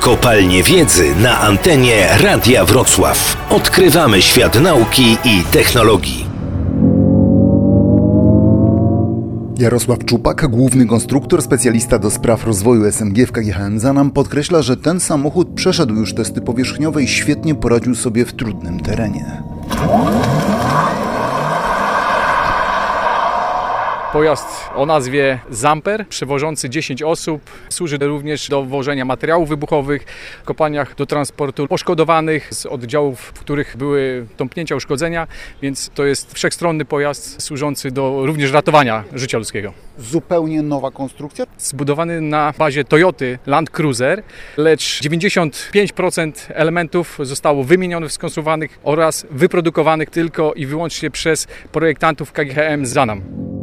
Kopalnie wiedzy na antenie Radia Wrocław. Odkrywamy świat nauki i technologii. Jarosław Czupak, główny konstruktor, specjalista do spraw rozwoju SMG w KGHM Zanam, podkreśla, że ten samochód przeszedł już testy powierzchniowe i świetnie poradził sobie w trudnym terenie. Pojazd o nazwie Zamper, przewożący 10 osób, służy również do wożenia materiałów wybuchowych w kopalniach, do transportu poszkodowanych z oddziałów, w których były tąpnięcia, uszkodzenia, więc to jest wszechstronny pojazd służący do również ratowania życia ludzkiego. Zupełnie nowa konstrukcja? Zbudowany na bazie Toyoty Land Cruiser, lecz 95% elementów zostało wymienionych, skonstruowanych oraz wyprodukowanych tylko i wyłącznie przez projektantów KGHM Zanam.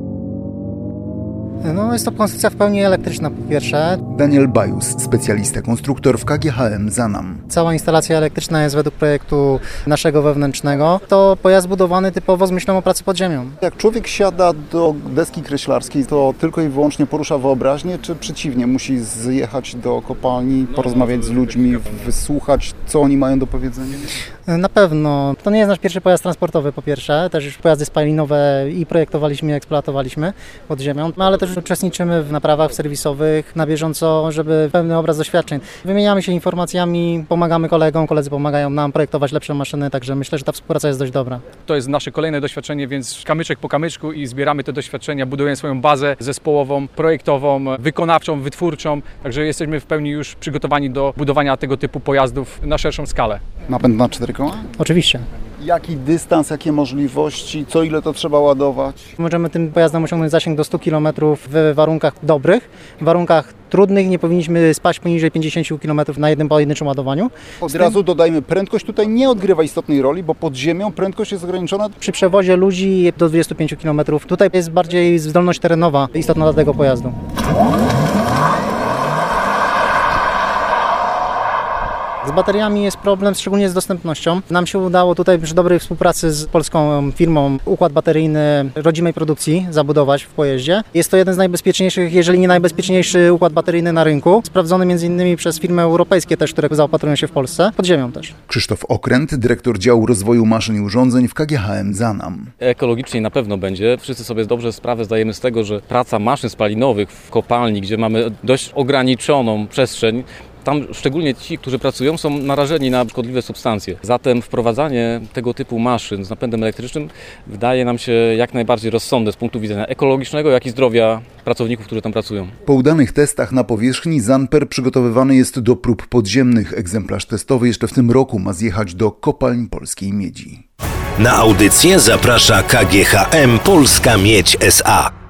Jest to konstrukcja w pełni elektryczna po pierwsze. Daniel Bajus, specjalista konstruktor w KGHM Zanam. Cała instalacja elektryczna jest według projektu naszego wewnętrznego. To pojazd budowany typowo z myślą o pracy pod ziemią. Jak człowiek siada do deski kreślarskiej, to tylko i wyłącznie porusza wyobraźnię, czy przeciwnie, musi zjechać do kopalni, porozmawiać z ludźmi, wysłuchać, co oni mają do powiedzenia? Na pewno. To nie jest nasz pierwszy pojazd transportowy po pierwsze. Też już pojazdy spalinowe i projektowaliśmy, i eksploatowaliśmy pod ziemią, ale też uczestniczymy w naprawach serwisowych na bieżąco, żeby pełny obraz doświadczeń. Wymieniamy się informacjami, pomagamy kolegom, koledzy pomagają nam projektować lepsze maszyny, także myślę, że ta współpraca jest dość dobra. To jest nasze kolejne doświadczenie, więc kamyczek po kamyczku i zbieramy te doświadczenia, budujemy swoją bazę zespołową, projektową, wykonawczą, wytwórczą, także jesteśmy w pełni już przygotowani do budowania tego typu pojazdów na szerszą skalę. Napęd na 4 koła? Oczywiście. Jaki dystans, jakie możliwości, co ile to trzeba ładować? Możemy tym pojazdem osiągnąć zasięg do 100 km w warunkach dobrych. W warunkach trudnych nie powinniśmy spaść poniżej 50 km na jednym pojedynczym ładowaniu. Od razu dodajmy, prędkość tutaj nie odgrywa istotnej roli, bo pod ziemią prędkość jest ograniczona. Przy przewozie ludzi do 25 km. Tutaj jest bardziej zdolność terenowa istotna dla tego pojazdu. Z bateriami jest problem, szczególnie z dostępnością. Nam się udało tutaj przy dobrej współpracy z polską firmą układ bateryjny rodzimej produkcji zabudować w pojeździe. Jest to jeden z najbezpieczniejszych, jeżeli nie najbezpieczniejszy układ bateryjny na rynku, sprawdzony m.in. przez firmy europejskie też, które zaopatrują się w Polsce, pod ziemią też. Krzysztof Okręt, dyrektor działu rozwoju maszyn i urządzeń w KGHM Zanam. Ekologicznie na pewno będzie. Wszyscy sobie dobrze sprawę zdajemy z tego, że praca maszyn spalinowych w kopalni, gdzie mamy dość ograniczoną przestrzeń, tam szczególnie ci, którzy pracują, są narażeni na szkodliwe substancje. Zatem wprowadzanie tego typu maszyn z napędem elektrycznym wydaje nam się jak najbardziej rozsądne z punktu widzenia ekologicznego, jak i zdrowia pracowników, którzy tam pracują. Po udanych testach na powierzchni Zamper przygotowywany jest do prób podziemnych. Egzemplarz testowy jeszcze w tym roku ma zjechać do kopalń polskiej miedzi. Na audycję zaprasza KGHM Polska Miedź SA.